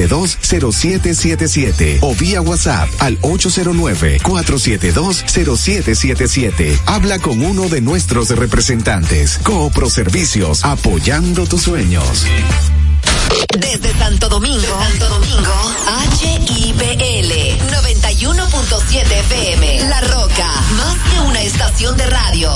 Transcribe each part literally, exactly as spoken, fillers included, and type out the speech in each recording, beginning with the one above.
siete dos, cero siete siete siete o vía WhatsApp al ocho cero nueve, cuatro siete dos, cero siete siete siete. Habla con uno de nuestros representantes. Coopro Servicios, apoyando tus sueños. Desde Santo Domingo, Santo Domingo, H I P L noventa y uno punto siete F M. La Roca, más que una estación de radio.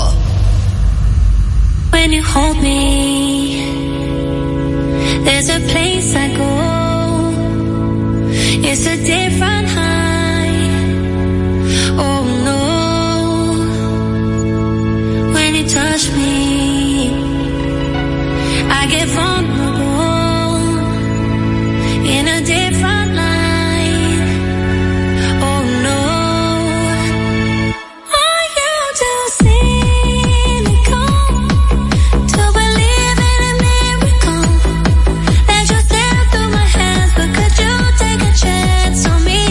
When you hold me, there's a place I go. It's a different high. Oh no. When you touch me, I get vulnerable in a different line. Oh no. Are you to see me come to believe in a miracle? Let you slip through my hands, but could you take a chance on me?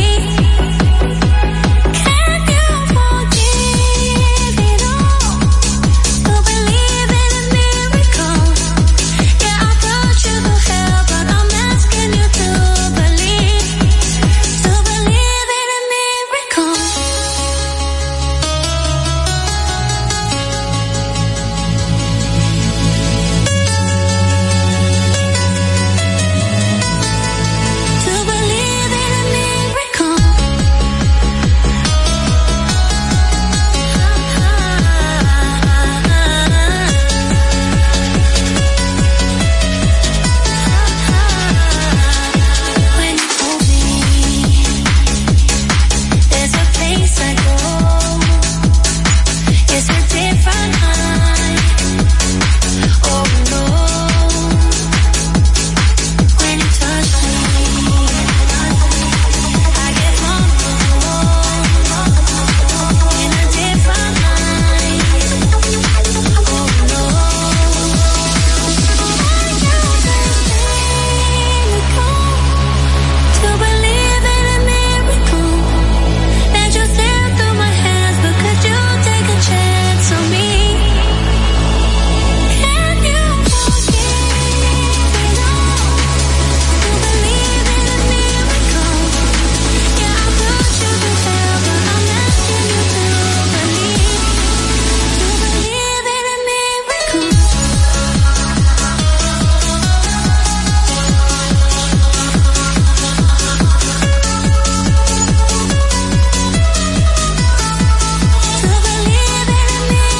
Can you forgive it all to believe in a miracle? Yeah, I'll put you through hell, but I'm asking you to believe, to believe in a miracle. To believe in a miracle. When you hold me, there's a place I go. It's a different high. Oh no. When you touch me, I get vulnerable in a different line. Oh no. To believe in a miracle, let you slip through my hands, but could you take a chance on me? Can you forgive it all? To believe in a miracle. Yeah, I'll put you through hell, but I'm asking you to believe, to believe in a miracle. To believe in a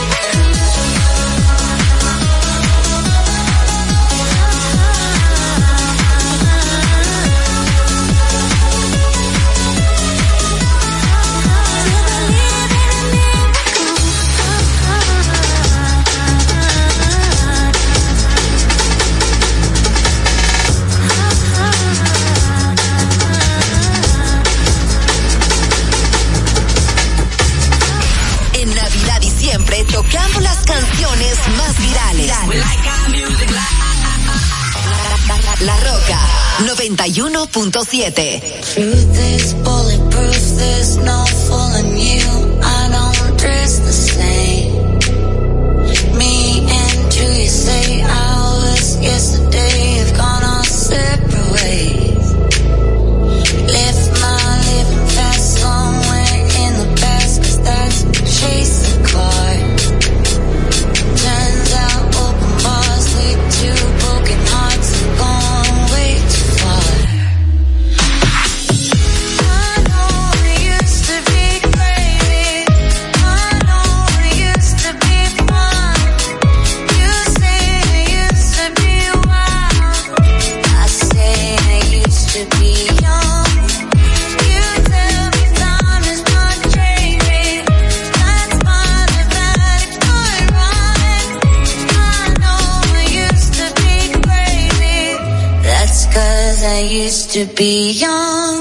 En Navidad y siempre tocamos las canciones más virales. La Roca noventa y uno punto siete. Truth is bulletproof, there's no fooling you. I don't dress the same. Me and you, you say hours yesterday have gone our separate ways. Left my living fast somewhere in the past, 'cause that's chasing cars. Turns out open bars lead to broken hearts and gone way too far. I know we used to be crazy. I know we used to be fun. You say I used to be wild. I say I used to be young. You tell me time is not changing. That's fine if that it could run. I know I used to be crazy. That's 'cause I used to be young.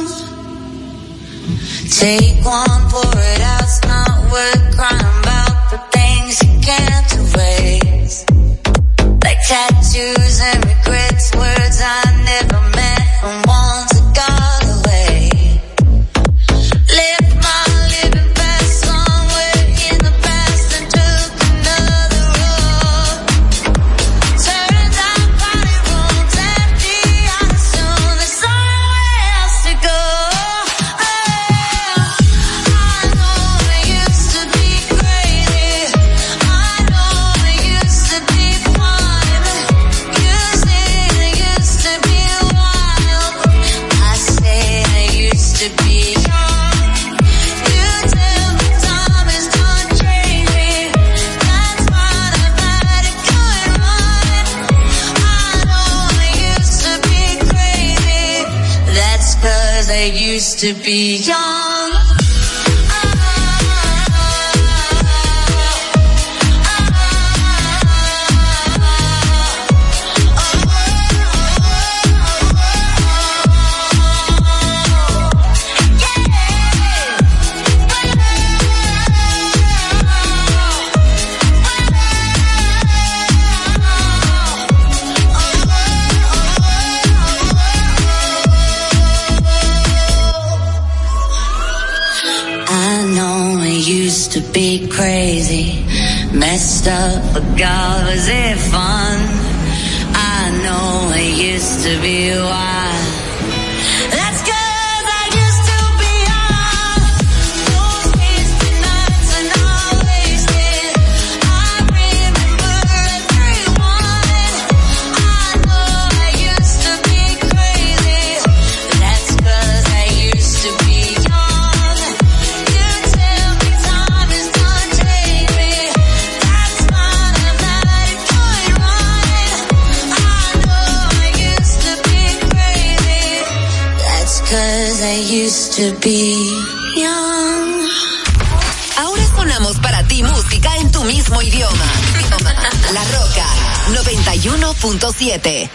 Take one, pour it out, it's not worth crying about the things you can't erase. Like tattoos and regrets, words I never meant and ones that got away. Left my living past somewhere in the past and took another road. Turns out body rooms empty, I assume there's somewhere cause I used to be young. To be crazy, messed up, but God, was it fun? I know it used to be wild. That's 'cause I used to be young. Those wasted nights and all wasted. I remember everyone. I know I used to be crazy. That's 'cause I used to be young. You tell me time is done, take me. That's fine, I'm not going right. I know I used to be crazy. That's 'cause I used to be young. Ahora sonamos para ti música en tu mismo idioma. La Roca noventa y uno punto siete.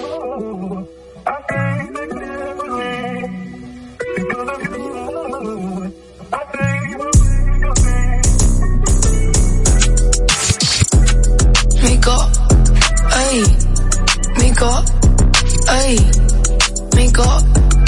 Mico, ay, Mico, ay, Mico,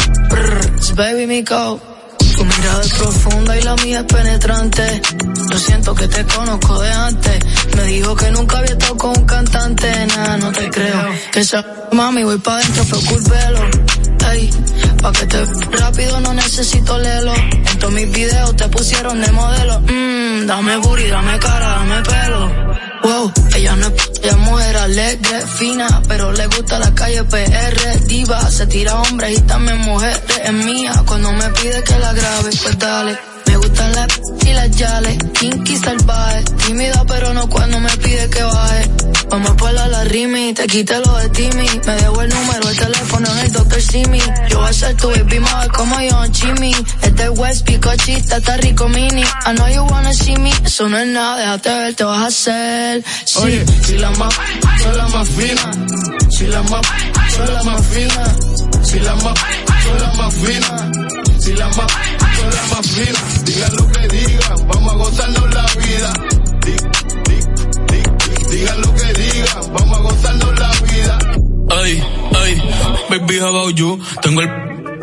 brr, baby Mico. Tu mirada es profunda y la mía es penetrante. Yo siento que te conozco de antes. Me dijo que nunca había estado con un cantante. Nada, no te creo. Que esa mami voy pa' dentro, fue culpelo. Ey, pa' que te rápido no necesito lelo. En todos mis videos te pusieron de modelo. Mmm, dame booty, dame cara, dame pelo. Wow, ella no es p- ella es mujer alegre, fina, pero le gusta la calle P R, diva, se tira hombres y también mujeres, es mía, cuando me pide que la grabe, pues dale. Me gustan las p- y las yales, kinky salvaje, tímida pero no cuando me pide que baje. Vamos a ponerla la rimi, te quité lo de Timmy, me debo el número, el teléfono en el doctor Simi. Yo voy a ser tu baby mother como John Jimmy. Este West Picochita está rico mini. I know you wanna see me, eso no es nada, déjate ver, te vas a hacer. Sí, oye, si la más, son la más fina. Si la más, son la más fina. Si la más, son la más fina. Si la más, son la más fina. Digan lo que digan, vamos a gozarnos la vida. Di, di, di, digan lo que digan, vamos a gozarnos la vida. Ay, ay, baby, how about you? Tengo el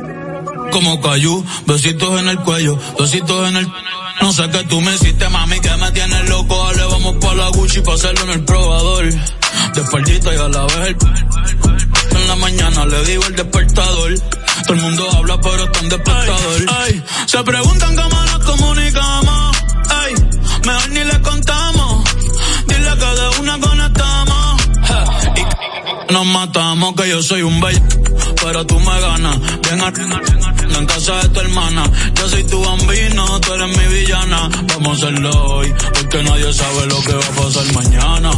como Cayu, besitos en el cuello, besitos en el... No sé qué tú me hiciste, mami, que me tienes loco. Dale, vamos pa' la Gucci pa' hacerlo en el probador. De espaldita y a la vez el... En la mañana le digo el despertador. Todo el mundo habla pero está en despertador. Ay, ay, se preguntan cómo nos comunicamos. Ay, mejor ni le contamos. Dile que de una conectamos. Ja, y nos matamos, que yo soy un bello, pero tú me ganas. Bien arriba en casa de tu hermana. Yo soy tu bambino, tú eres mi villana. Vamos a hacerlo hoy, porque nadie sabe lo que va a pasar mañana.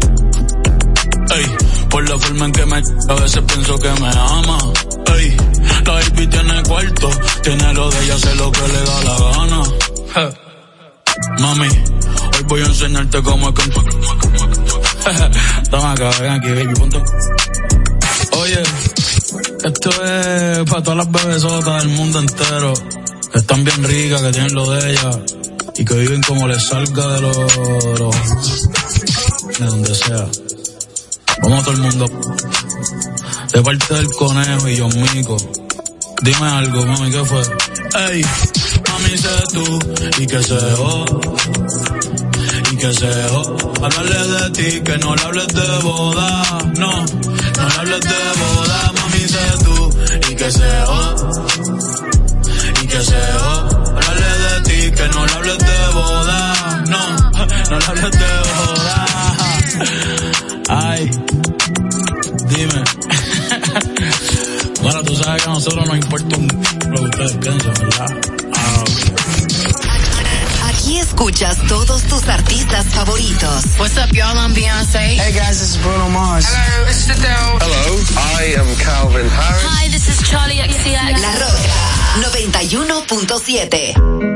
Ey, por la forma en que me... A veces pienso que me ama. Ey, la baby tiene cuarto, tiene lo de ella, hace lo que le da la gana. Ja. Mami, hoy voy a enseñarte cómo es que... Toma acá, ven aquí, baby, ponte. Oye, esto es para todas las bebesotas del mundo entero, que están bien ricas, que tienen lo de ella, y que viven como les salga de los... de donde sea. Vamos a todo el mundo. De parte del conejo y John Mico. Dime algo, mami, ¿qué fue? Ey, mami, sé tú, y que se dejó, y que se dejó. Hablarle de ti, que no le hables de boda, no, no le hables de boda, mami, sé tú, y que se dejó, y que se dejó. Hablarle de ti, que no le hables de boda, no, no le hables de boda. Ay, dime. Bueno, tú sabes que a nosotros nos importa un lo que ustedes piensan, ¿verdad? Ah, okay. Aquí escuchas todos tus artistas favoritos. What's up, y'all? I'm Beyonce. Hey guys, this is Bruno Mars. Hello, it's Adele. Hello, I am Calvin Harris. Hi, this is Charlie X C X. La Roca y uno punto siete.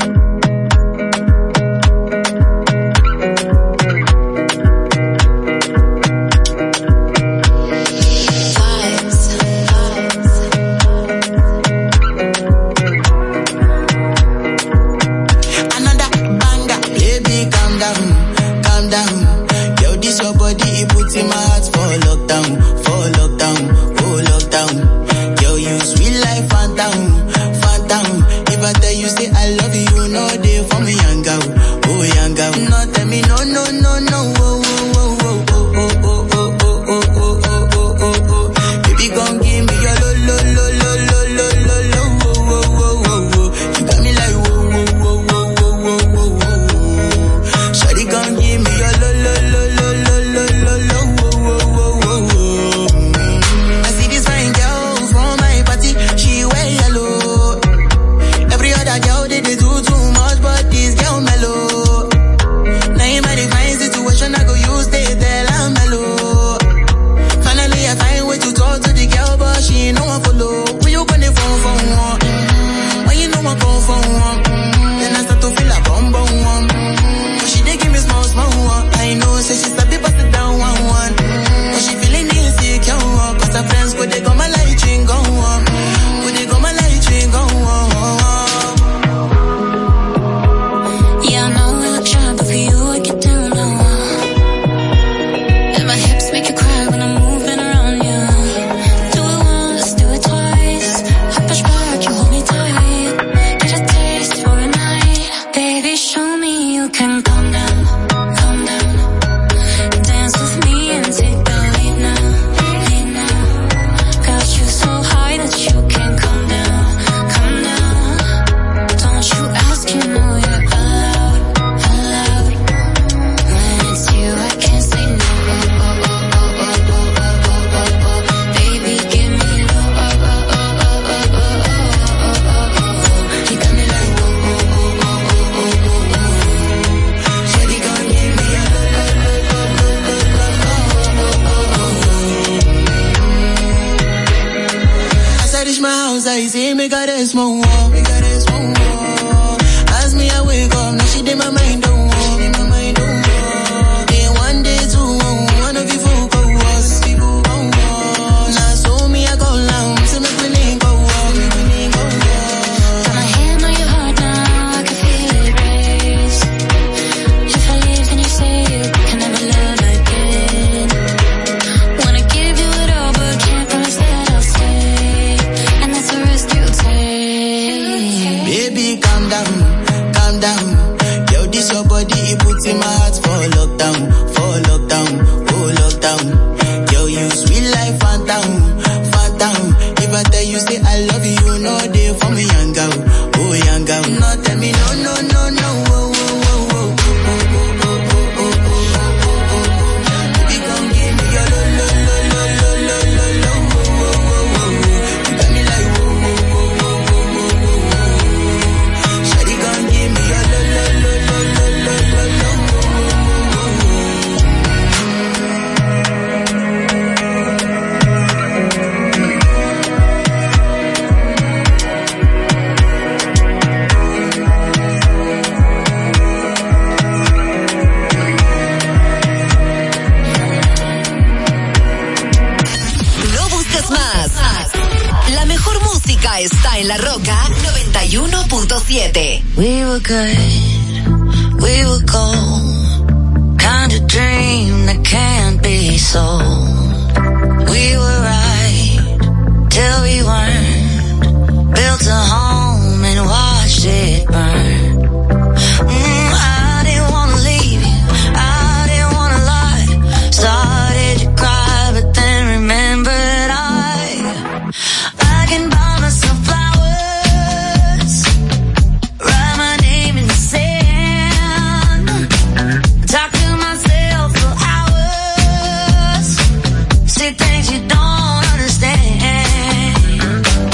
Está en La Roca noventa y uno punto siete. We were good, we were gold, kind of dream that can't be sold. We were right till we weren't, built a home and watched it burn. Mm, I didn't wanna leave you, I didn't wanna lie, started to cry but then remembered I, I can buy myself flowers, write my name in the sand, talk to myself for hours, say things you don't understand.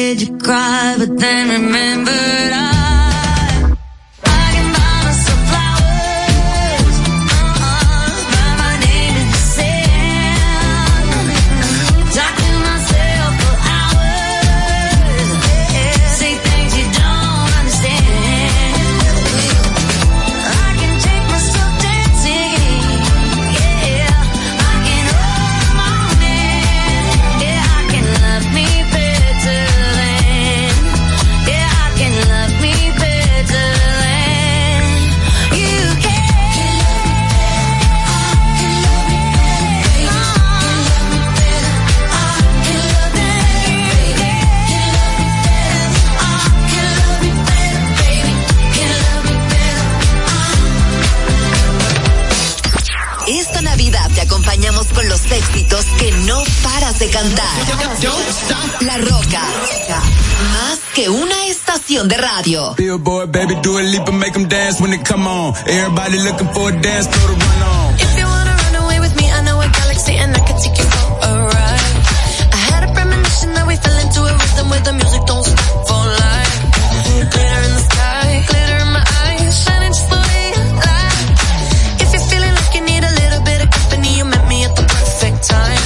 did you cry? But then remembered I. Con los éxitos que no paras de cantar. La Roca, más que una estación de radio. Billboard, baby, do a leap and make them dance when they come on. Everybody looking for a dance floor to run on. If you wanna run away with me, I know a galaxy and I can take you for a ride. I had a premonition that we fell into a rhythm where the music don't stop for life. Glitter in the sky, glitter in my eyes, shining just the way I like. If you're feeling like you need a little bit of company, you met me at the perfect time.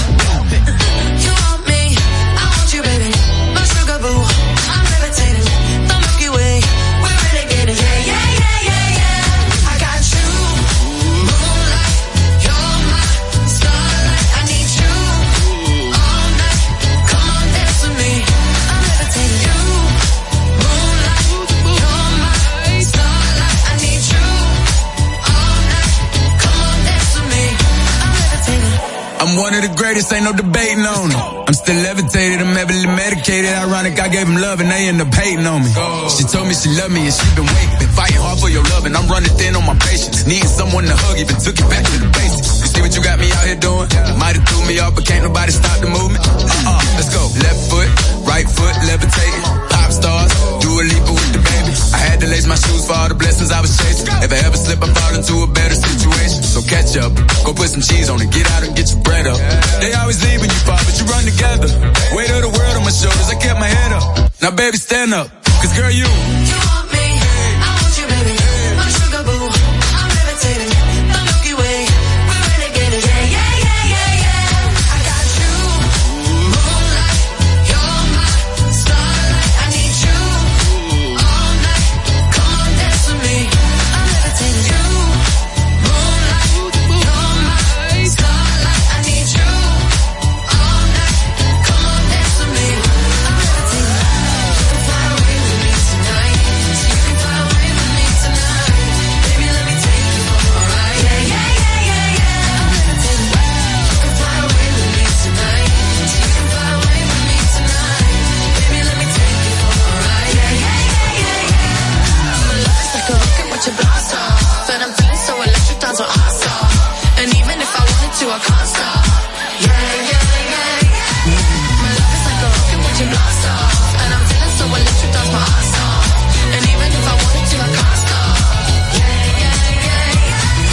You want me, I want you, baby. My sugar boo, I'm levitating. The Milky Way, we're renegading. Yeah, yeah, yeah, yeah, yeah. I got you, moonlight. You're my starlight. I need you all night. Come on, dance with me. I'm levitating. You, moonlight. You're my starlight. I need you all night. Come on, dance with me. I'm levitating. I'm one of the greatest, ain't no debating on it. I'm still levitated, I'm heavily medicated. Ironic, I gave them love and they end up hating on me. She told me she loved me and she been waiting. Been fighting hard for your love and I'm running thin on my patience. Needing someone to hug, even took it back to the basics. You see what you got me out here doing? Might have threw me off, but can't nobody stop the movement. Uh-uh, let's go. Left foot, right foot, levitating. Pop stars, do a leap with the baby. I had to lace my shoes for all the blessings I was chasing. If I ever slip, I fall into a better situation. So catch up, go put some cheese on it, get out and get your bread up. They always leave when you fall, but you run together. Weight of the world on my shoulders, I kept my head up. Now baby, stand up, cause girl, you. You want me, I want you, baby. My sugar boo, I'm levitating. The Milky Way, we're renegading. Yeah, yeah, yeah, yeah, yeah. I got you, moonlight. You're my starlight. I need you all night. Come on, dance with me. I'm levitating. You, moonlight. You're my starlight. I need you all night. Come on, dance with me. I'm levitating. You can fly away with me tonight. You can fly away with me tonight. Baby, let me take you for a ride. Yeah, yeah, yeah, yeah, yeah. I'm levitating. You can fly away with me tonight. You can fly away with me tonight. Baby, let me take you for a ride. Yeah, yeah, yeah, yeah, yeah. My love is like a rocket with your blast off, and I'm feeling so electric, down so awesome. And even if I wanted to, I can't stop. Yeah, yeah, yeah, yeah. My love is like a rocket with your blast off, and I'm feeling so electric, down my ass off. And even if I wanted to, I can't stop. Yeah, yeah, yeah,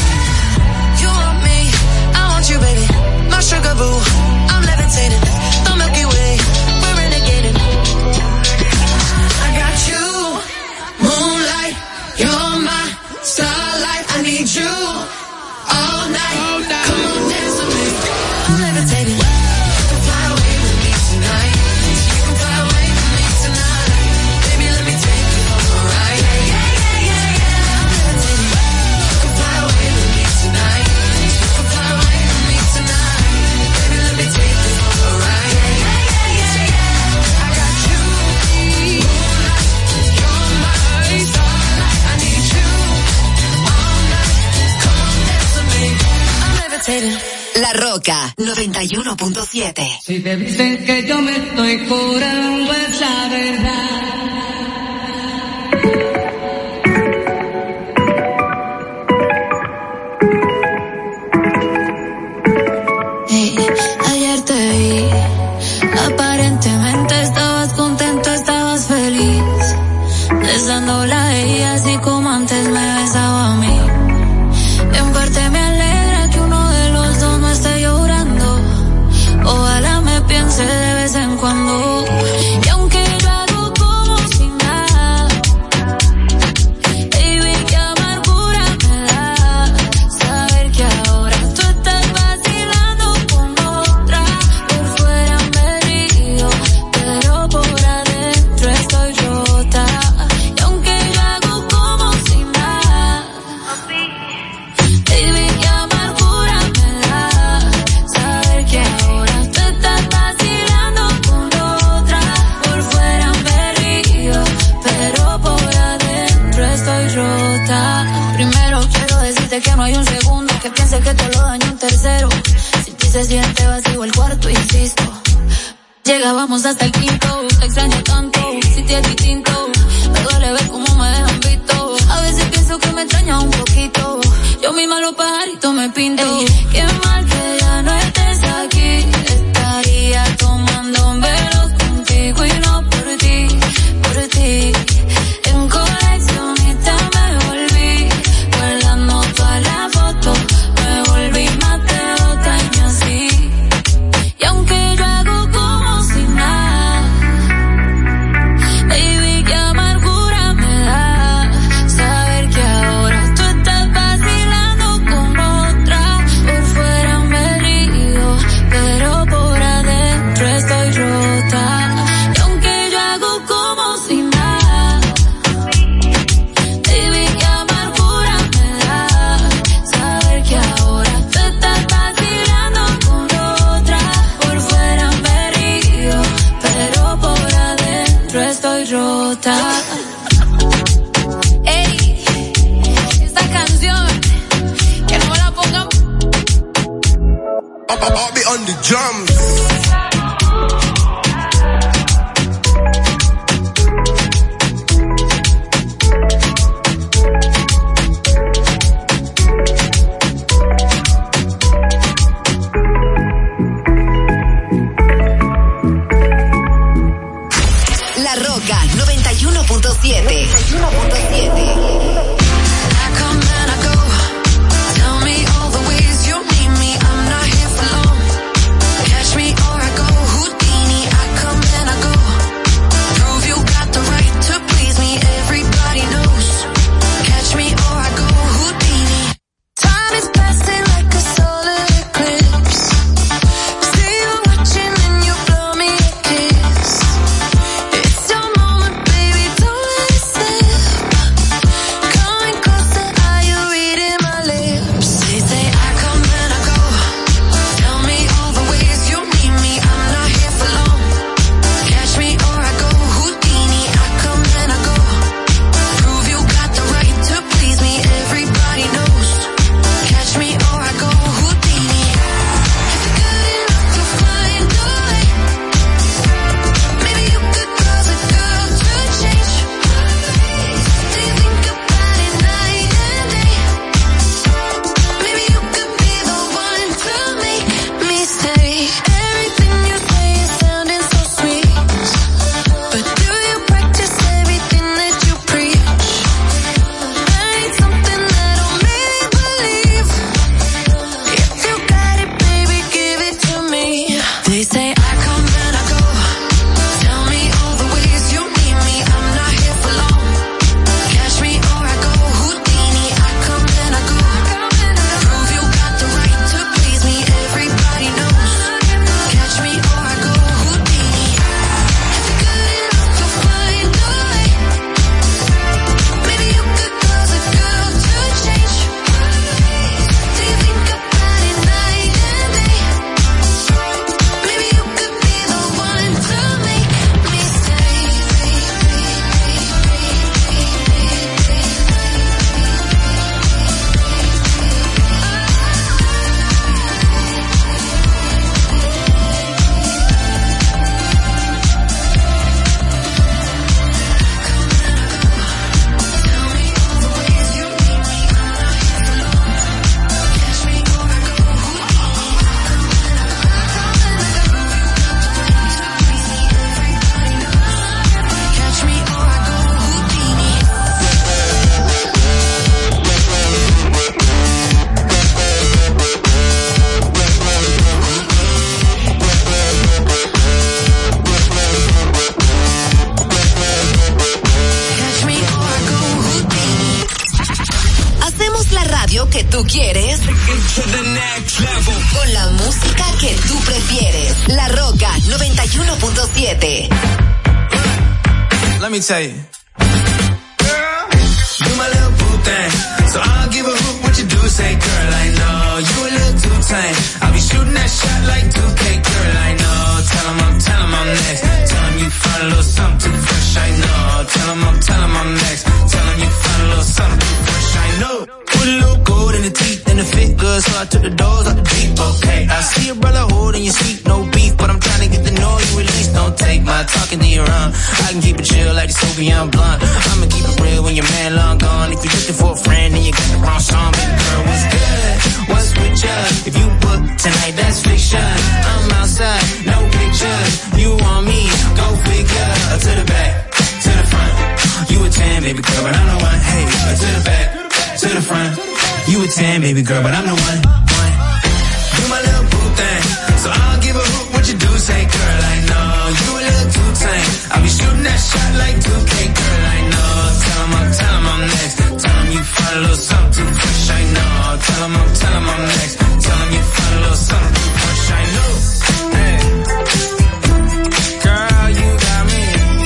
yeah. You want me, I want you, baby. My sugar boo, I'm levitating. The Milky Way, we're renegading. I got you, moonlight. You're my starlight. I need you all night. Come on, dance with me. I'm levitating. You can fly away with me tonight. You can fly away with me tonight. Baby, let me take you for a ride. Yeah, yeah, yeah, yeah, yeah. I'm levitating. You can fly away with me tonight. You can fly away with me tonight. Baby, let me take you for a ride. Yeah, yeah, yeah, yeah, yeah. I got you, moonlight. You're my starlight. I need you all night. Come on, dance with me. I'm levitating. La Roca, noventa y uno punto siete. Si te dicen que yo me estoy curando es la verdad. Hey, ayer te vi, aparentemente estabas contento, estabas feliz, besándola a ella así como antes me besaba a mí. En parte me alegra que uno de los dos no esté llorando, ojalá me piense de vez en cuando. Y aunque yo hay un segundo que piense que te lo daño un tercero. Si ti se siente vacío el cuarto, insisto. Llegábamos hasta el quinto, te extraño tanto, si te es distinto. Me duele ver cómo me dejan visto. A veces pienso que me extraña un poquito. Yo misma los pajaritos me pinto. Ey, qué mal que ya no estés aquí. Estaría tomando un velo contigo y no por ti, por ti. En coleccionista me volví, guardando todas las fotos. Me volví más de otra y así. Y aunque yo hago como si nada, baby, qué amargura me da saber que ahora tú estás vacilando con otra. Por fuera me río, pero por adentro estoy rota. Y aunque yo hago como si nada, baby, qué amargura me da saber que ahora tú estás vacilando con otra. Por fuera me río, pero por adentro estoy rota. Ey, esta canción, que no me la pongan. I'll be on the drums. La Roca noventa y uno punto siete. Tell me all the ways you need me. I'm not here for long. Catch me or I go Houdini. I come and I go. Prove you got the right to please me. Everybody knows. Catch me or I go Houdini. Time is passing like a solar eclipse. See you watching and you blow me a kiss. It's your moment, baby, don't let it slip. Coming closer, are you reading my lips? They say I come and I go. Tell me all the ways you need me. I'm not here for long. Catch me or I go Houdini. I come and I go. Prove you got the right to please me. Everybody knows. Catch me or I go Houdini. If you're good enough to find a way, maybe you could cause a girl to change. Do you think about it night and day? Maybe you could be the one to make me stay. Everything you say is sounding so sweet, but do you practice everything that you preach? I need something that'll make me believe. If you got it, baby, give it to me. They say I come and I go. Tell me all the ways you need me. I'm not here for long. Catch me or I go Houdini. I come and I go. Prove you got the right to please me. Everybody knows. Catch me or I go Houdini. If you're good enough to find a way, maybe you could cause a girl to change. Do you think about it night and day? Maybe you could be the one to make me stay. Catch me or I go Houdini. Catch me or I go Houdini. Hacemos la radio que tú quieres con la música que tú prefieres. La Roca noventa y uno punto siete. Let me tell you. Girl, you my little boo thing. So I'll give a hoot what you do. Say, girl, I know you a little too tame. I'll be shooting that shot like two K, girl, I know. Tell 'em I'm, tell 'em I'm next. Tell 'em you find a little something too fresh, I know. Tell 'em I'm, tell 'em I'm next. Tell 'em you find a little something too fresh, I know. Put a little gold in the teeth. I can keep it chill like the Soviet blunt. I'ma keep it real when your man long gone. If you're looking for a friend, then you got the wrong song. Baby girl, what's good? What's with you? If you book tonight, that's fiction. I'm outside, no pictures. You want me? Go figure. To the back, to the front. You a ten, baby girl, but I'm the one. Hey, to the back, to the front. You a ten, baby girl, but I'm the one. one. You my little boo thing, so I don't give a hoot what you do. Say, girl, I know you a little too tame. I'll be shooting that shot like two K, girl, I know. Tell 'em I'm, tell 'em I'm next. Tell 'em you find a little something too fresh, I know. Tell 'em I'm, tell 'em I'm next. Tell 'em you find a little something too fresh, I know. Hey, girl, you got me.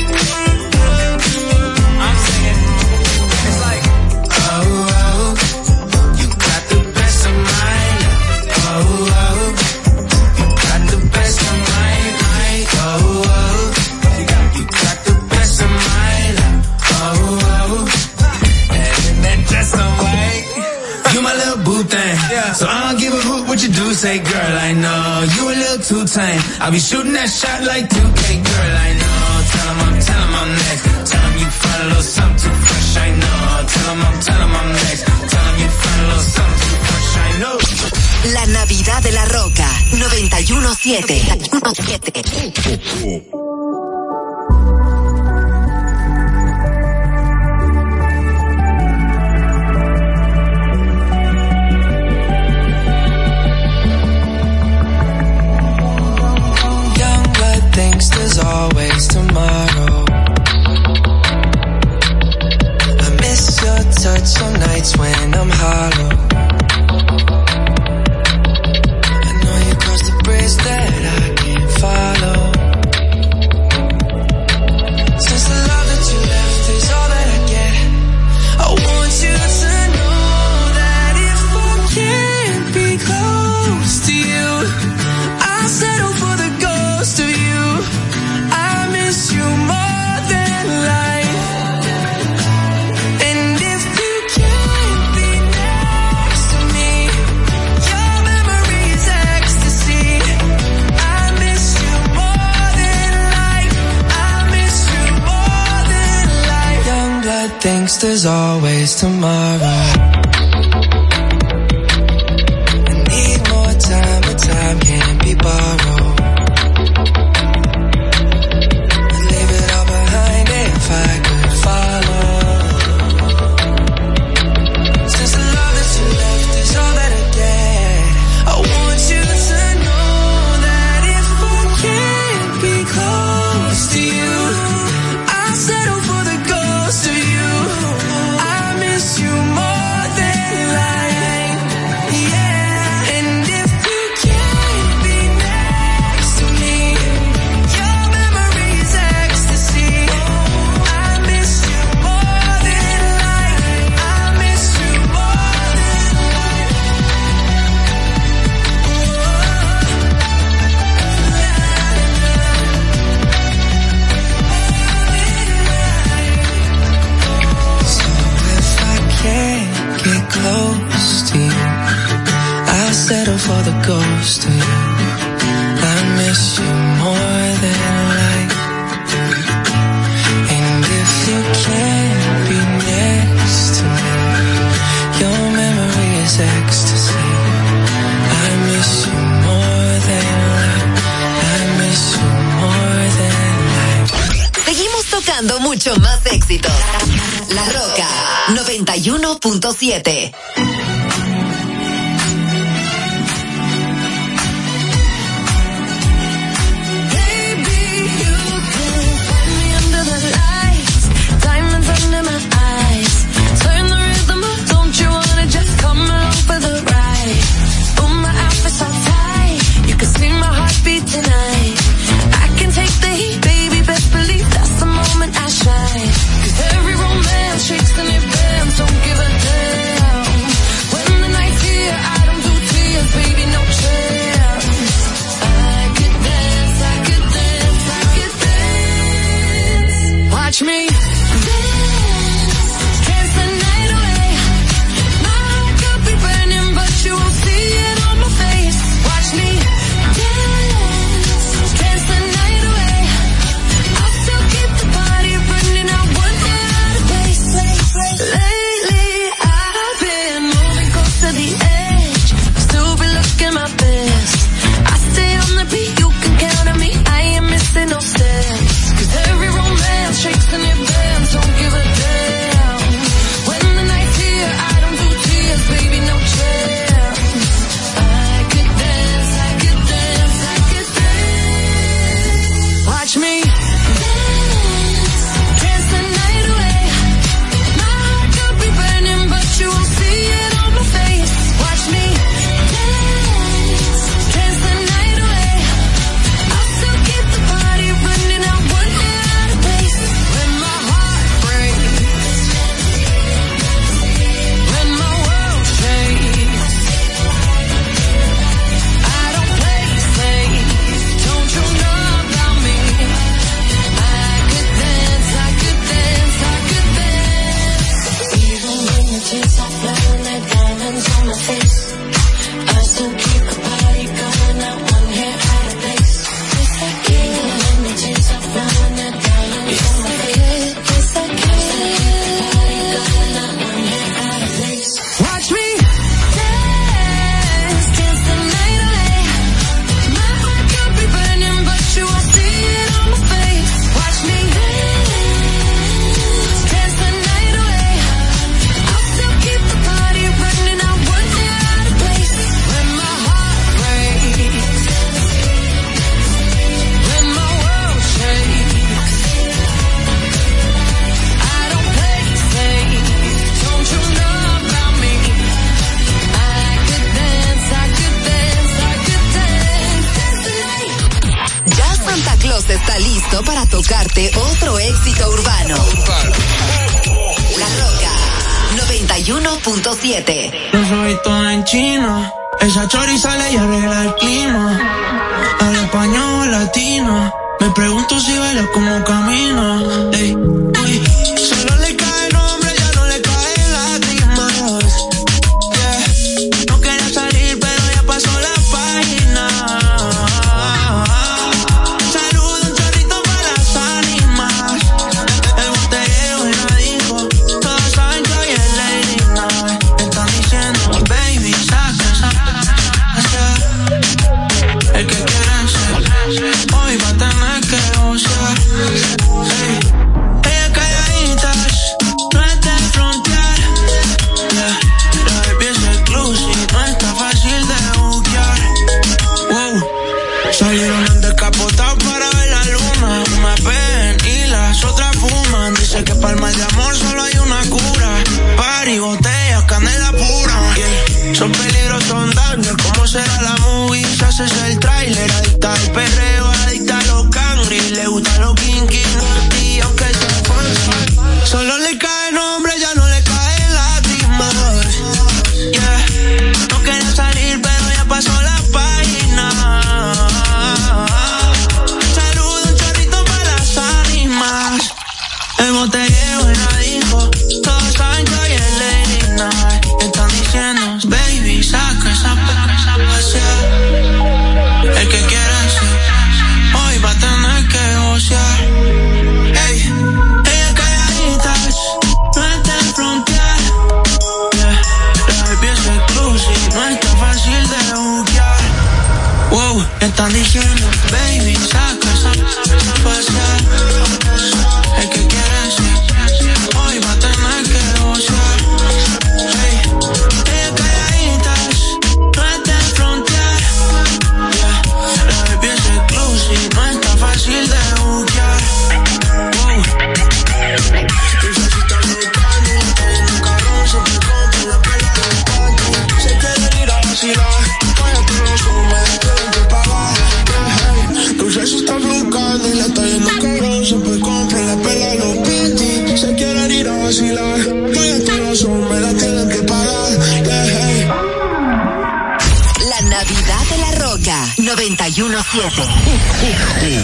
I'm singing. It's like, oh, oh, you got the best of mine. Oh, oh, you got the best of mine. Oh, oh, you got, you got the best of mine. Oh, oh, and that dress on white. You my little boo thing, yeah. So I don't give a hoot what you do. Say, girl, I know you a little too tame. I'll be shooting that shot like two K, girl, I know. Tell 'em I'm, tell 'em I'm next. Tell 'em you find a little something too fresh, I know. Tell 'em I'm, tell 'em I'm next. Tell 'em you find a little something too fresh, I know. La Navidad de la Roca noventa y uno siete. Young blood thinks there's always tomorrow. I miss your touch on nights when I'm hollow. I know you crossed the bridge that I can't follow. Since the love that you left is all that I get, I want you to know that if I can't be close to you, I'll settle for the ghost of you. I miss you more than life. And if you can't be next to me, your memory is ecstasy. I miss you more than life. I miss you more than life. Young blood thinks there's always tomorrow. I need more time, but time can't be borrowed. I'd leave it all behind if I could follow. Since the love that you left is all that I get, I want you to know that if I can't be close to you, I'll settle for the ghost of you. I miss you more than life. Yeah, and if you can't be next to me, your memory is ecstasy. I miss you more than life. I miss you more than life. So if I can't get close to you, I'll settle for the ghost of you. I miss you more than life. And if you can't be next to me, your memory is ecstasy. I miss you more than life. I miss you more than life. Seguimos tocando mucho más éxitos. La Roca noventa y uno punto siete. Baby, you can find me under the lights, diamonds under my eyes. Turn the rhythm up, don't you wanna just come along for the ride? Put my outfits on tight, you can see my heartbeat tonight. I can take the heat, baby, best believe that's the moment I shine. 'Cause every romance shakes and it bends, don't give a damn. When the night's here, I don't do tears, baby, no chance. I could dance, I could dance, I could dance. Watch me dance, dance the night away. My heart could be burning, but you won't see it on my face. Watch me dance, dance the night away. I'll still keep the Carlos está listo para tocarte otro éxito urbano. La Roca noventa y uno punto siete. Yo soy todo en chino. Esa chori sale y arregla el clima. Habla español latino. Me pregunto si baila como camino. Ey, uy. Solo le cae el nombre, ya no le cae lágrimas. Yeah. No quería salir, pero ya pasó la página. Saludo un chorrito para las ánimas. El botellero y la dijo. Todos saben que hoy es Lady Night. Están diciendo, baby, saca, saca, saca. El que quiere ser, hoy va a tener que gozar. Hey. Ella calladitas, no es de frontear. Yeah. La baby es exclusive, no está fácil de buquear. Wow. Salieron en descapotado para ver la luna. Me ven y las otras fuman. Dice que para el mal de amor solo hay una cura. Party, botellas, canela pura. Yeah. Son peligros, son daños. ¿Cómo será la movie? Si haces el tráiler, adicta al perreo, adicta a los cangri. Le gustan los kinky, naughty, aunque sea fancy. Solo le cae nombre, ya no le cae lágrimas. Yeah. No quería salir, pero ya pasó la página. Saludo un chorrito para las ánimas. El botellero en la disco. Todos saben que hoy es Lady Night. Están diciendo, baby, saca esa pasear. El que quiere ser, hoy va a tener que gocear. Ey, ella calladitas, no está en frontear. Yeah, la baby es exclusive, no está fácil de buquear. Wow, están diciendo, baby, saca esa pasear. El que quiere ser, hoy va a tener que gocear. Ey, ella calladitas, no está en frontear. Yeah, la baby es exclusive, no está fácil de buquear. Wow. En un carro siempre compra la pelota de panty. Se quieren ir a vacilar, vaya tú no sumes, tienen que pagar. Yeah, tu sexo está buscando y le está yendo caro. Siempre compra la pela los panty. Se quieren ir a vacilar, vaya tú no sumes, la tienen que pagar. Yeah. La Navidad de la Roca noventa y uno punto siete.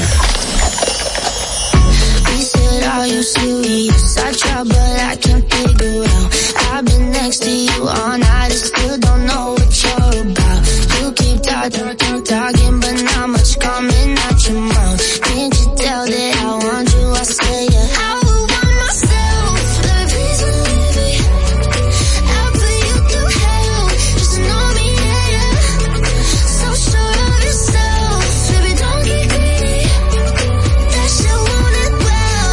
He said, are you serious? I try, but I can't figure out. I've been next to you all night, I still don't know what you're about. You keep talking, talking, talking, but not much coming out your mouth. Can't you tell that I want you? I say, yeah. I would want myself, but please believe me. I'll put you through hell, just to know me, yeah, yeah. So sure of yourself, baby, don't get greedy. That shit want it well,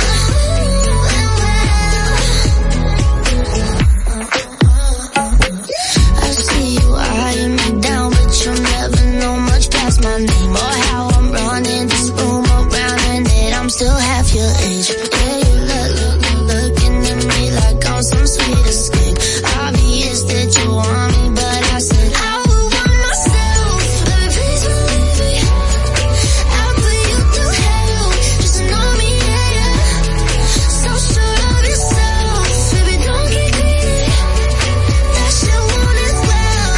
I see you eyeing me down, but you'll never know much past my name or how I'm running this room around, and that I'm still half your age. Yeah, you look, look, looking at me like I'm some sweet escape. Obvious that you want me, but I said I would want myself, baby, please believe me. I'll put you through hell, just to know me, yeah, yeah. So sure of yourself, baby, don't get greedy. That shit want it well,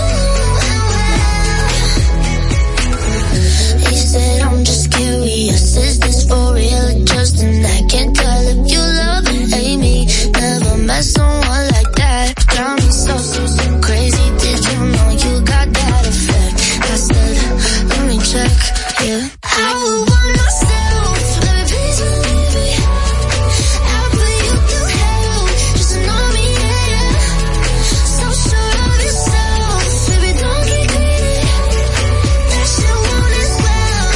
He said, I'm just curious, is this for real or just an act? Can't tell if you love and hate me. Never met someone like that. Got me so, so, so crazy. Did you know you got that effect? I said, let me check, yeah. I would want myself, baby, please believe me. I'll put you through hell, just to know me, yeah, yeah. So sure of yourself, baby, don't get greedy. That shit want it well,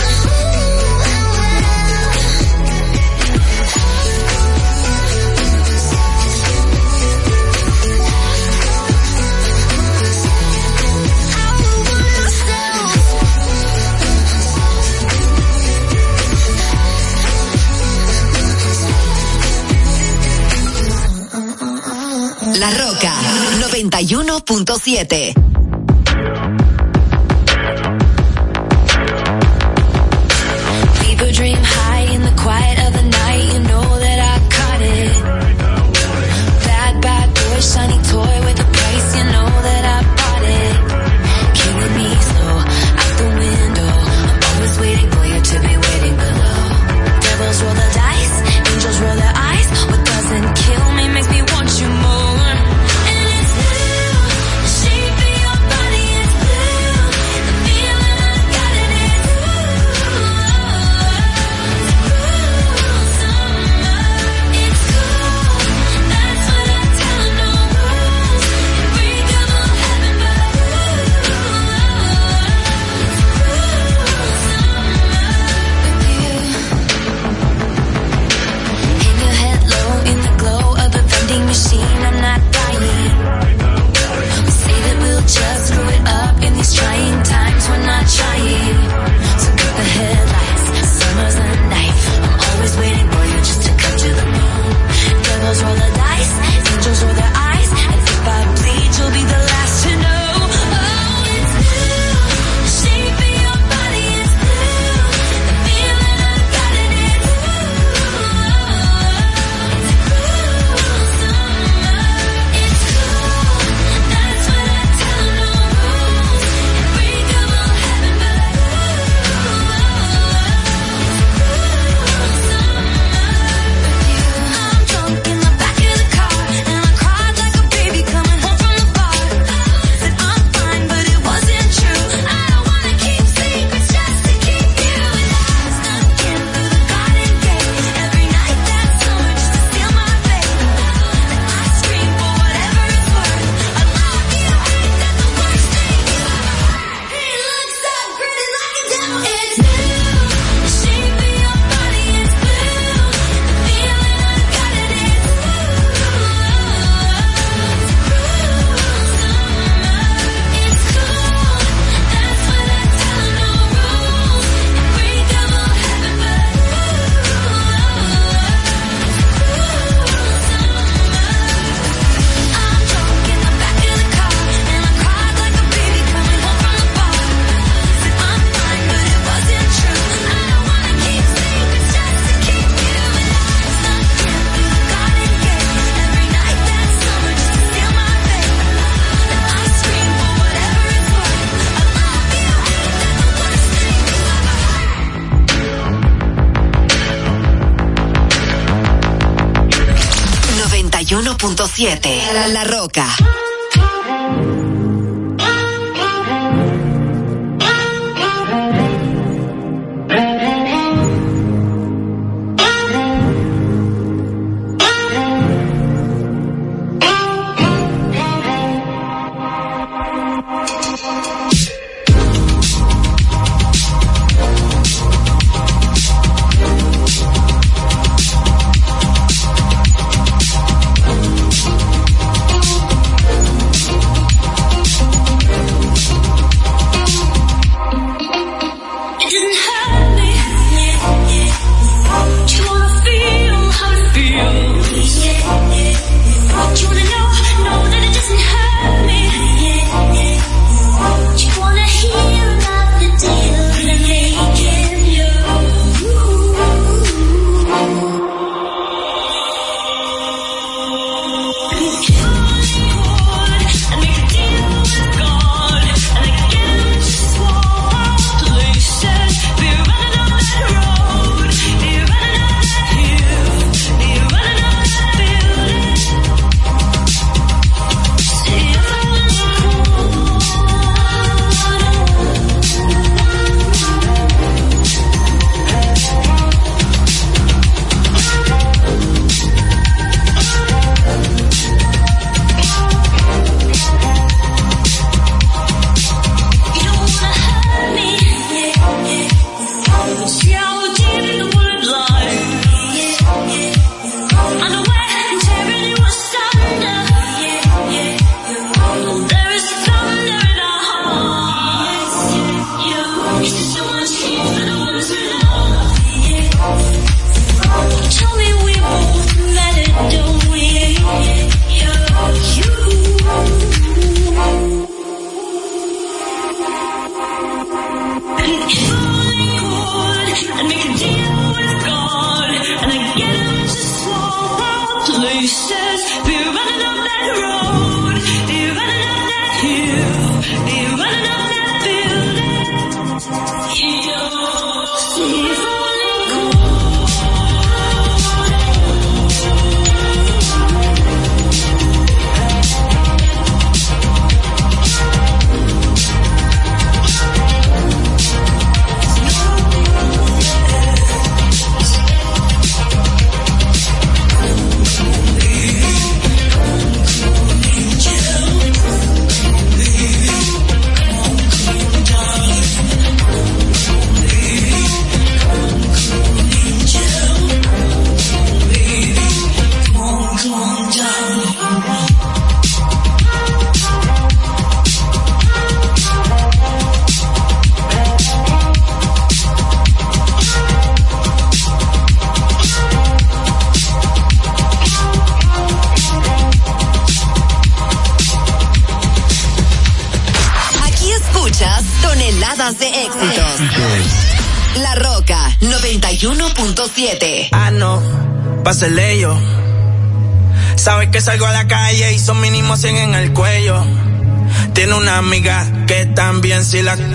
La Roca noventa y uno punto siete. People dream y uno punto siete. La, La Roca. Toneladas de éxitos. La Roca noventa y uno punto siete. Ah, no, pásele yo. Sabes que salgo a la calle y son mínimo cien en el cuello. Tiene una amiga que también si la...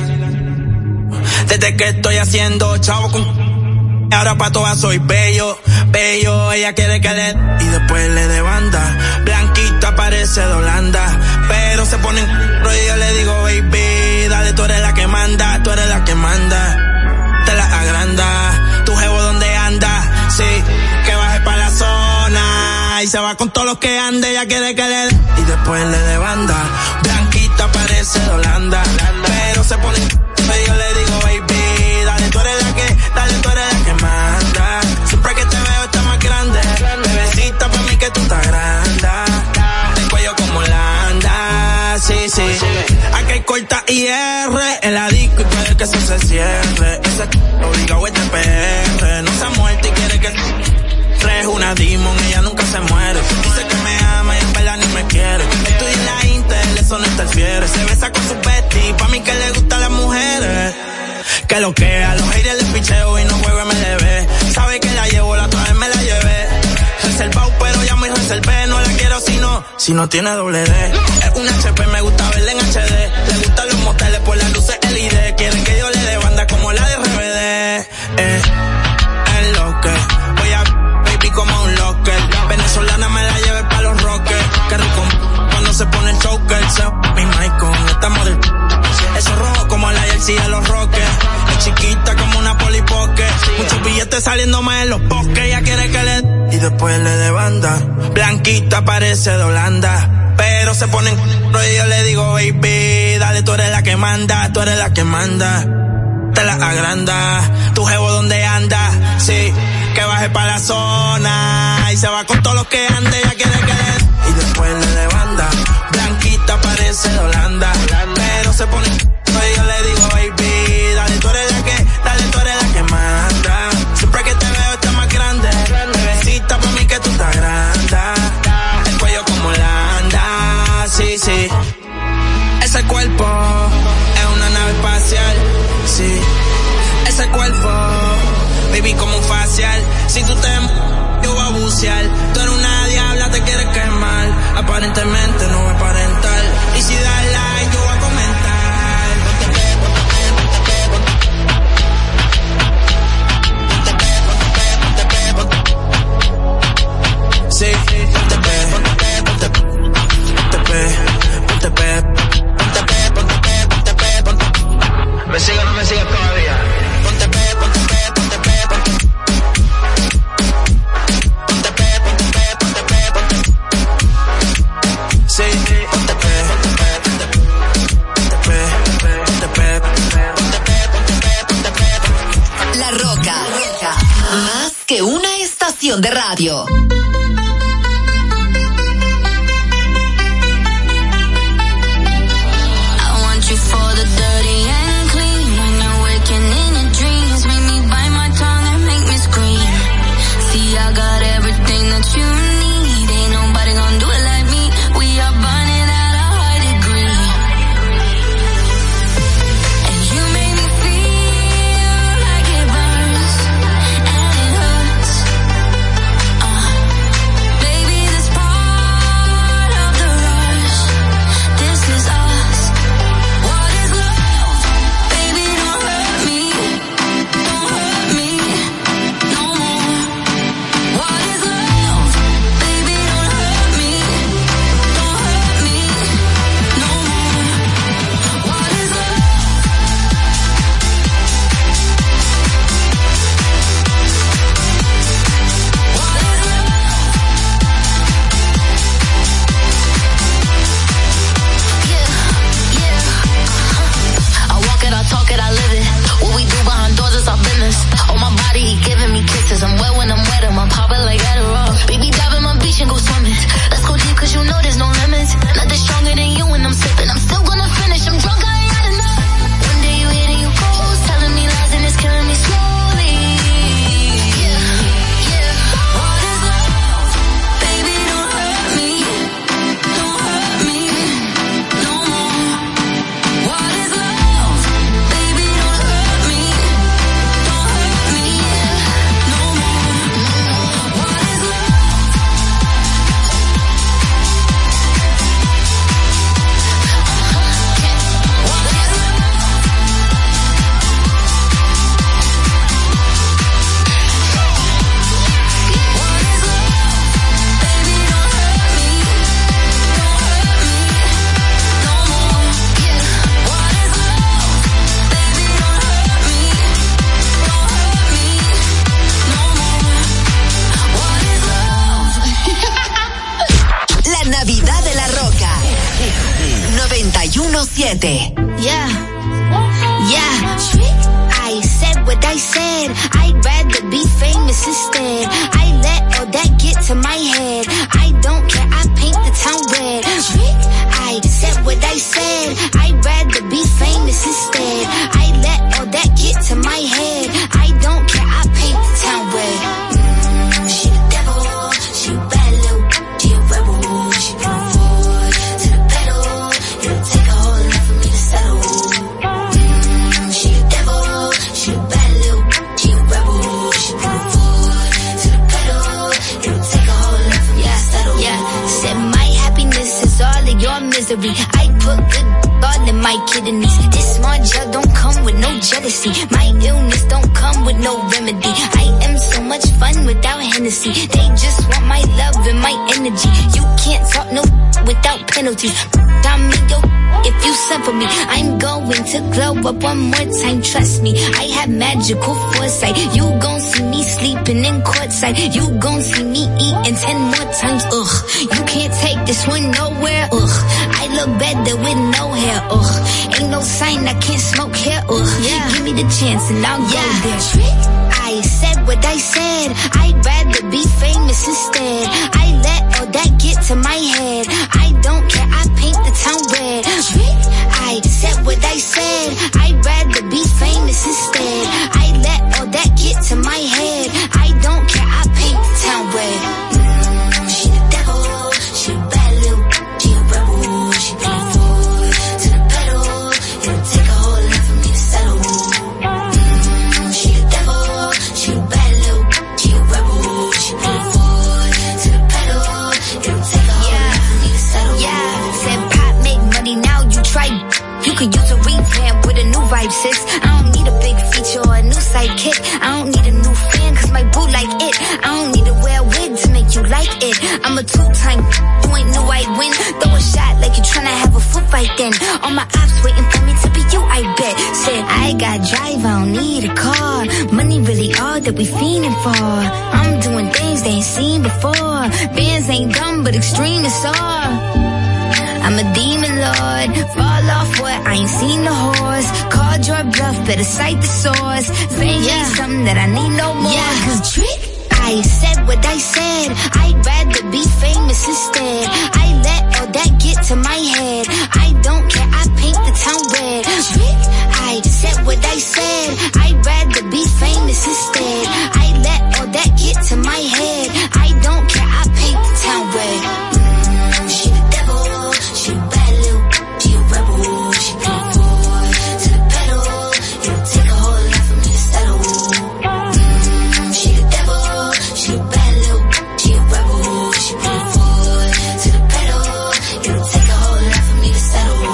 Desde que estoy haciendo chavo con... Ahora pa' todas soy bello, bello. Ella quiere que le... Y después le de banda. Blanquita parece de Holanda. Pero se pone en... Y yo le digo, baby, dale, tú eres la que manda. Tú eres la que manda. Te la agranda. Tu jevo donde anda. Sí, que baje pa' la zona. Y se va con todos los que ande. Ella quiere que le... Y después le de banda. Blanquita parece de Holanda. Pero se pone en... Y yo le digo, baby, dale, tú eres la que... Dale, tú eres la que manda. Siempre que te veo está más grande. Bebecita, pa' mí que tú estás grande. De cuello como Holanda. Sí, sí. Aquí hay corta I R en la disco y puede que eso se cierre. Ese obligado es de P R. No se ha muerto y quiere que... Es una demon, ella nunca se muere. Dice que me ama y en verdad ni me quiere. Estoy en la Intel, eso no interfiere. Se besa con su bestie, pa' mí que le gustan las mujeres. Que lo que a los haters les picheo y no juego M L B. Sabe que la llevo, la otra vez me la llevé. Reservado, pero ya muy reservé. No la quiero si no, si no tiene doble D. Es un H P, me gusta verla en H D. Le gustan los moteles por las luces L E D. Quieren que yo le dé banda como la de R B D. Eh, es lo que voy a baby como un locker. Venezolana me la llevé pa' los hacía los roques. Es chiquita como una polipoque. Muchos billetes saliéndome en los bosques. Ella quiere que le... Y después le de banda. Blanquita parece de Holanda. Pero se ponen... Y yo le digo, baby, dale, tú eres la que manda. Tú eres la que manda. Te la agranda. Tu jevo donde anda. Sí, que baje pa' la zona. Y se va con todos los que ande. Ella quiere que le... Y después le de banda. Blanquita parece de Holanda. Pero se pone... Y yo le digo, baby, dale, tú eres la que, dale, tú eres la que manda. Siempre que te veo está más grande. Bebecita pa' mí que tú estás grande. El cuello como Holanda, sí, sí. Ese cuerpo es una nave espacial, sí. Ese cuerpo, baby, como un facial. Si tú te... yo voy a bucear. Tú eres una diabla, te quieres quemar. Aparentemente no voy a aparentar. Y si das like, yo voy a comentar. Sí, ponte pe, ponte pe, ponte pe, ponte pe, ponte pe, ponte pe, ponte pe, ponte pe. ¿Me sigue o no me sigue todavía? Ponte pe, ponte pe, ponte pe, ponte pe. Ponte pe, ponte pe, ponte pe, ponte pe. Sí, ponte pe, ponte pe, ponte pe, ponte pe, ponte pe, ponte pe, ponte pe. La Roca, más que una estación de radio. siete. Yeah, yeah. I said what I said. I'd rather be famous instead. I let all that get to my head. I don't care. I paint the town red. I said what I said. I'd rather be famous instead. I let all that get to my head. I don't care. I paint the town red. Mm, she the devil. She a bad little. She a rebel. She put forward to the pedal. It'll take a whole lot for me to settle. Mm, she the devil. She a bad little. She a rebel. She put forward to the pedal. It'll take a whole lot for me to settle. Yeah, said my happiness is all of your misery. I put good all in my kidneys. This small gel don't come with no jealousy. My illness don't come with no remedy. I am so much fun without Hennessy. They just want my love and my energy. You can't talk no without penalties. I'm me, yo, if you sent for me. I'm going to glow up one more time, trust me. I have magical foresight. You gon' see me sleeping in courtside. You gon' see me eating ten more times, ugh. You can't take this one nowhere, ugh. I look better with no hair, ugh. Ain't no sign I can't smoke here, ugh. Yeah. Give me the chance and I'll yeah. go there. Trick. I said what I said. I'd rather be famous instead. I let all that get to my head. I don't care, I paint the town red. Trick. I said what I said. I'd rather be famous instead. I let all that get to my head. I don't care, I paint the town red. Mm, she the devil, she a bad little, she a rebel. She put her foot to the pedal. It'll take a whole lot for me to settle. Mm, she the devil, she a bad little, she a rebel. She put her foot to the pedal. It'll take a whole lot for me to settle. Yeah, said pop make money, now you try. You could use a revamp with a new vibe, sis. I don't need a big feature or a new sidekick. I don't need a new fan, cause my boo like it. I don't need to wear a wig to make you like it. I'm a two-time, you ain't know I'd win. Throw a shot like you tryna have a foot fight then. All my ops waiting for me to be you, I bet. Said, I got drive, I don't need a car. Money really all that we fiending for. I'm doing things they ain't seen before. Bands ain't dumb, but extreme is all. I'm a demon lord, fall off what, I ain't seen the horse. Called your bluff, better cite the source. Fame yeah. ain't something that I need no more. Yeah, cause trick, I said what I said. I'd rather be famous instead. I let all that get to my head. I don't care, I paint the town red. Trick, I said what I said. I'd rather be famous instead. I let all that get to my head. I don't care, I paint the town red. Mm, she the devil. She a bad little, she a rebel. She put her foot to the pedal. It'll take a whole lot for me to settle. Mm, she the devil, she a bad little, she a rebel. She put her foot to the pedal. It'll take a whole lot for me to settle.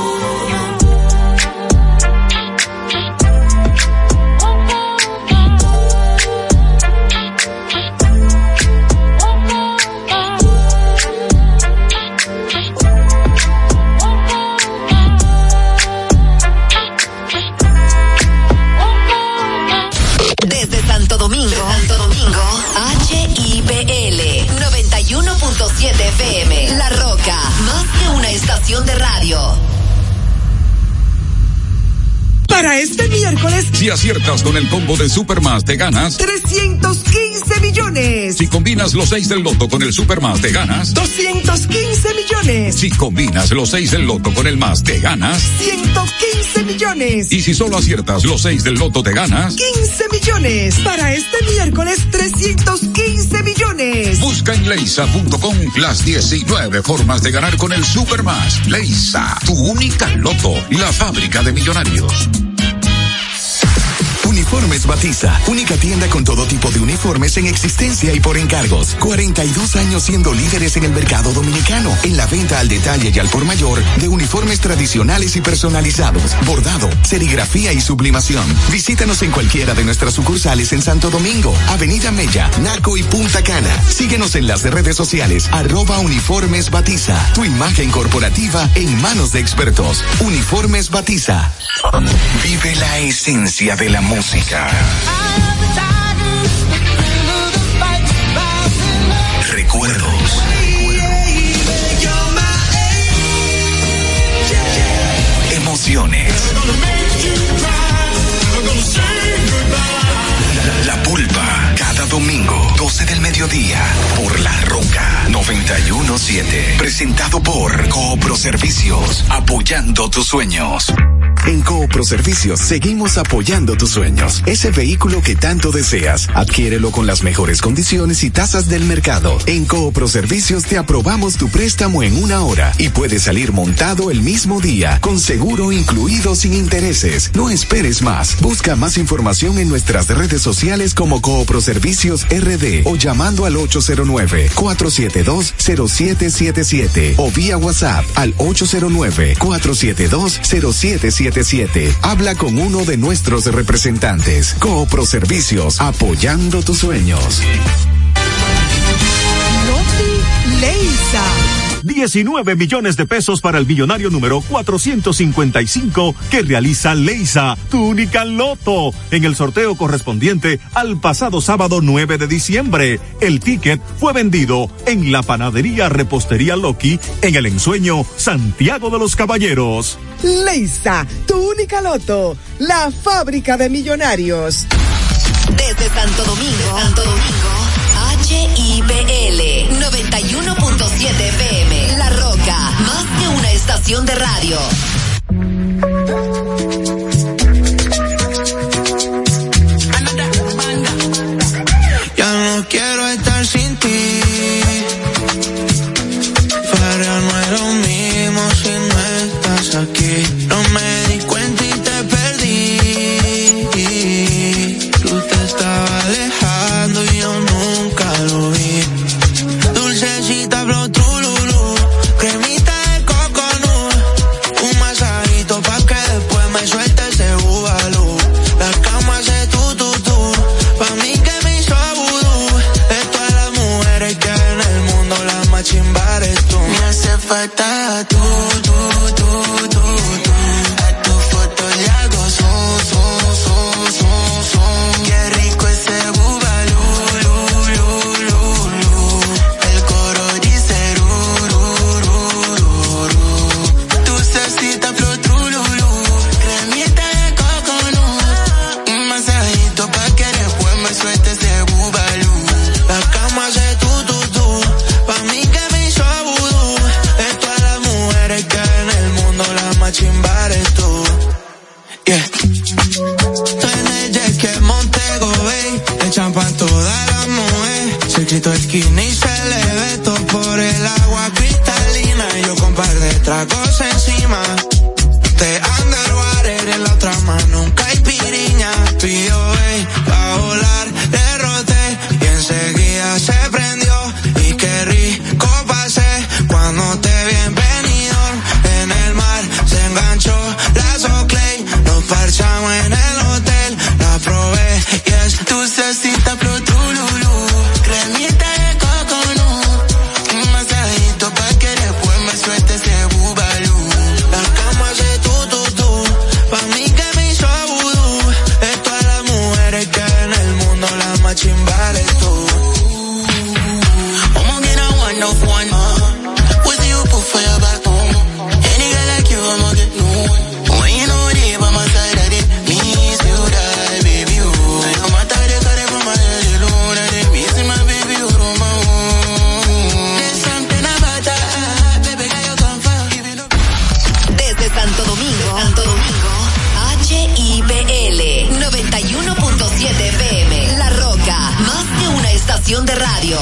Santo Domingo, H I P L noventa y uno punto siete F M. La Roca, más que una estación de radio. Para este miércoles, si aciertas con el combo de Supermás, te ganas trescientos quince millones. Si combinas los seis del loto con el Supermás, te ganas doscientos quince millones. Si combinas los seis del loto con el más, te ganas ciento quince millones. Y si solo aciertas los seis del loto, te ganas quince millones. Para este miércoles, trescientos quince millones. Busca en leisa punto com las diecinueve formas de ganar con el Supermás. Leisa, tu única loto, la fábrica de millonarios. Uniformes Batiza, única tienda con todo tipo de uniformes en existencia y por encargos. cuarenta y dos años siendo líderes en el mercado dominicano, en la venta al detalle y al por mayor de uniformes tradicionales y personalizados, bordado, serigrafía y sublimación. Visítanos en cualquiera de nuestras sucursales en Santo Domingo, Avenida Mella, Naco y Punta Cana. Síguenos en las redes sociales, arroba Uniformes Batiza. Tu imagen corporativa en manos de expertos. Uniformes Batiza. Vive la esencia de la música. Recuerdos. Emociones. La Pulpa, cada domingo, doce del mediodía, por La Roca noventa y uno punto siete. Presentado por Coopro Servicios, apoyando tus sueños. En Coopro Servicios seguimos apoyando tus sueños. Ese vehículo que tanto deseas, adquiérelo con las mejores condiciones y tasas del mercado. En Coopro Servicios te aprobamos tu préstamo en una hora y puedes salir montado el mismo día, con seguro incluido sin intereses. No esperes más. Busca más información en nuestras redes sociales como Coopro Servicios R D o llamando al ocho cero nueve, cuatro siete dos, cero siete siete siete o vía WhatsApp al ocho cero nueve, cuatro siete dos, cero siete siete siete. Habla con uno de nuestros representantes. Coopro Servicios, apoyando tus sueños. Noti Leisa. diecinueve millones de pesos para el millonario número cuatrocientos cincuenta y cinco que realiza Leisa, tu única loto, en el sorteo correspondiente al pasado sábado nueve de diciembre. El ticket fue vendido en la panadería Repostería Loki en el ensueño Santiago de los Caballeros. Leisa, tu única loto, la fábrica de millonarios. Desde Santo Domingo, Santo Domingo, H I P L noventa y uno punto siete F M. La Roca, más que una estación de radio. Ya no quiero estar sin ti. Para no es lo mismo si no estás aquí. No me di cuenta y te perdí. Tú te estabas alejando y yo nunca lo vi. Dulcecita flow trululú, cremita de coconut, un masajito pa' que después me suelte ese bubalú. La cama hace tu tu tu, pa' mí que me hizo vudú. De todas las mujeres que hay en el mundo, la más chimba eres tú. Me hace falta tú, tú, tú, tú, tú. A tu foto le hago son, son, son, son, son. Qué rico ese bubalú, lu, lu, lu, lu. El coro dice ru, ru, ru, ru, ru. Dulcecita flow trululú, cremita de coconut, un masajito pa' que después me suelte ese bubalú. La cama hace tu, tu, tu, pa' mí que me hizo vudú. De todas las mujeres que hay en el mundo, la más chimba eres tú. Yeah. En el jet que Montego Bay, le champan toda la mujer. Se quitó el skinny y se le ve todo por el agua cristalina. Y yo con par de tragos encima de underwater, en la otra mano un caipiriña. Tú y yo, ey, pa' volar, derroté y enseguida se prendió. Y qué rico pasé cuando te vi en Benidorm. En el mar se enganchó la Soclay, nos parchamos en el hotel, la probé y es dulcecita flow trululú, cremita de coconut, un masajito pa' que después me suelte ese bubalú. La cama hace tu tu tu, pa' mí que me hizo vudú. De todas las mujeres que hay en el mundo, la más chimba eres tú. I'ma get a one of one. With you put fire back home. Any girl like you, I'ma get new. When you know they by my side, I did miss you, die, baby, oh. No matter the color from my head alone, I did miss my baby, oh, my own. There's something about that, baby, girl, you come far. Desde Santo Domingo, Santo Domingo, H I P L noventa y uno punto siete F M. La Roca, más que una estación de radio.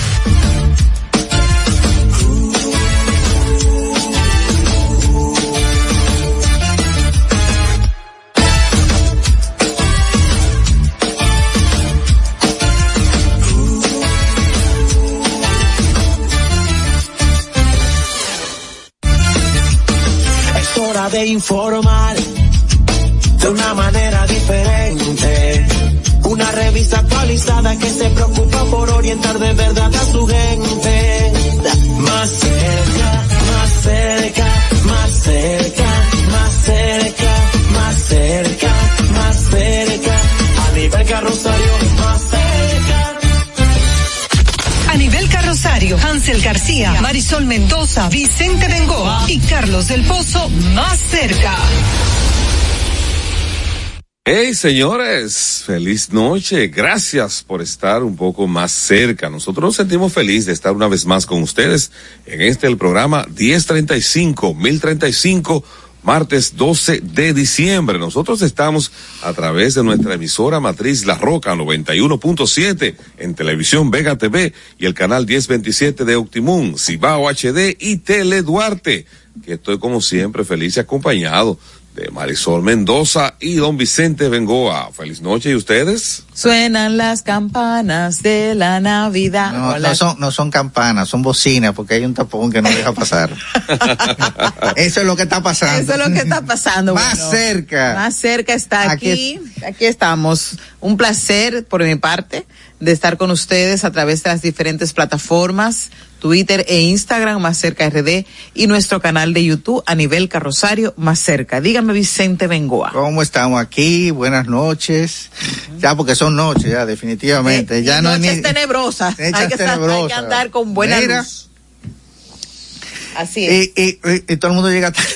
Es hora de informar de una manera diferente. Una revista actualizada que se preocupa por orientar de verdad a su gente. Más cerca, más cerca, más cerca, más cerca, más cerca, más cerca. A nivel carrosario, más cerca. A nivel carrosario, Hansel García, Marisol Mendoza, Vicente Bengoa y Carlos del Pozo, más cerca. Hey, señores, feliz noche. Gracias por estar un poco más cerca. Nosotros nos sentimos felices de estar una vez más con ustedes en este el programa diez treinta y cinco, mil treinta y cinco, martes doce de diciembre. Nosotros estamos a través de nuestra emisora matriz La Roca noventa y uno punto siete en Televisión Vega T V y el canal diez veintisiete de Optimum, Cibao H D y Tele Duarte, que estoy como siempre feliz y acompañado de Marisol Mendoza y don Vicente Bengoa. Feliz noche, ¿y ustedes? Suenan las campanas de la Navidad. No, no son, no son campanas, son bocinas, porque hay un tapón que no deja pasar. Eso es lo que está pasando. Eso es lo que está pasando. Más bueno, cerca. Más cerca está aquí. Aquí, aquí estamos. Un placer por mi parte de estar con ustedes a través de las diferentes plataformas, Twitter e Instagram, Más Cerca R D, y nuestro canal de YouTube a nivel Carrosario Más Cerca. Dígame, Vicente Bengoa. ¿Cómo estamos aquí? Buenas noches. Uh-huh. Ya, porque son noches, ya, definitivamente. Eh, ya no noches es ni... tenebrosas. Hay que, tenebrosas. hay que andar con buena Mira, luz. Así es. Y, y, y, y todo el mundo llega tarde.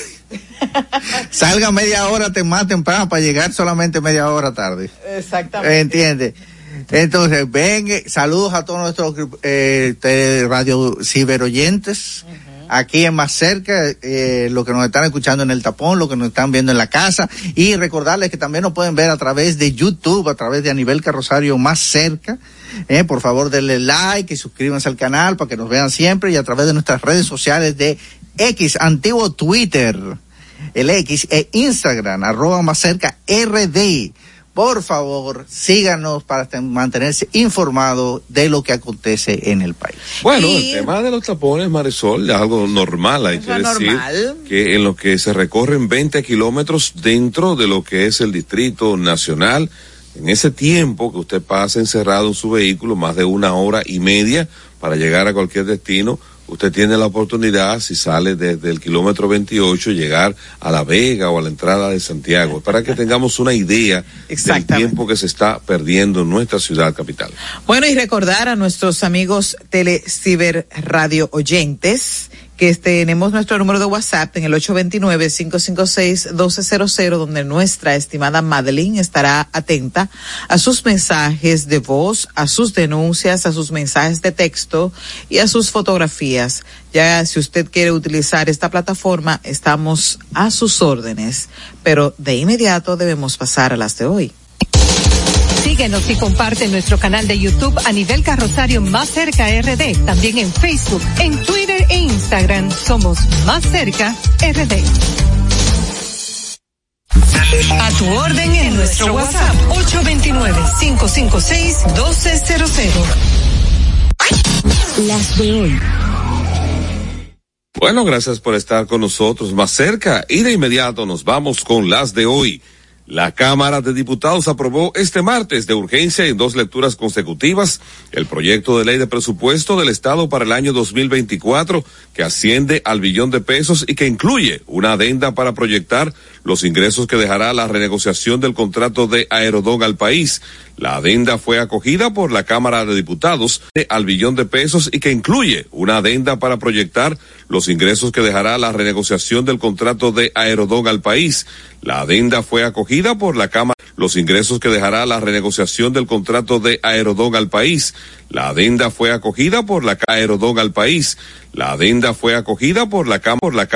Salga media hora más temprano para llegar solamente media hora tarde. Exactamente. ¿Entiendes? Entonces, ven, saludos a todos nuestros eh, radio ciberoyentes. Uh-huh. Aquí en Más Cerca, eh, los que nos están escuchando en el tapón, los que nos están viendo en la casa, y recordarles que también nos pueden ver a través de YouTube, a través de A Nivel Carrosario Más Cerca. Eh, por favor, denle like y suscríbanse al canal para que nos vean siempre, y a través de nuestras redes sociales de X, antiguo Twitter, el X e Instagram, arroba Más Cerca R D. Por favor, síganos para mantenerse informados de lo que acontece en el país. Bueno, y... el tema de los tapones, Marisol, es algo normal, hay que decir normal. que en lo que se recorren veinte kilómetros dentro de lo que es el Distrito Nacional, en ese tiempo que usted pasa encerrado en su vehículo, más de una hora y media para llegar a cualquier destino, usted tiene la oportunidad, si sale desde el kilómetro veintiocho, llegar a La Vega o a la entrada de Santiago, para que tengamos una idea del tiempo que se está perdiendo en nuestra ciudad capital. Bueno, y recordar a nuestros amigos Teleciber Radio oyentes que tenemos nuestro número de WhatsApp en el ocho dos nueve, cinco cinco seis, uno dos cero cero, donde nuestra estimada Madeline estará atenta a sus mensajes de voz, a sus denuncias, a sus mensajes de texto y a sus fotografías. Ya si usted quiere utilizar esta plataforma, estamos a sus órdenes, pero de inmediato debemos pasar a las de hoy. Síguenos y comparte nuestro canal de YouTube a Nivel Carrosario Más Cerca R D. También en Facebook, en Twitter e Instagram somos Más Cerca R D. A tu orden en nuestro WhatsApp ocho dos nueve, cinco cinco seis, uno dos cero cero. Las de hoy. Bueno, gracias por estar con nosotros Más Cerca, y de inmediato nos vamos con las de hoy. La Cámara de Diputados aprobó este martes de urgencia en dos lecturas consecutivas el proyecto de ley de presupuesto del Estado para el año dos mil veinticuatro, que asciende al billón de pesos y que incluye una adenda para proyectar los ingresos que dejará la renegociación del contrato de Aerodón al país. La adenda fue acogida por la Cámara de Diputados al billón de pesos y que incluye una adenda para proyectar los ingresos que dejará la renegociación del contrato de Aerodón al país. La adenda fue acogida por la Cámara, los ingresos que dejará la renegociación del contrato de Aerodón al país. La adenda fue acogida por la Aerodón al país. La adenda fue acogida por la Cámara, por la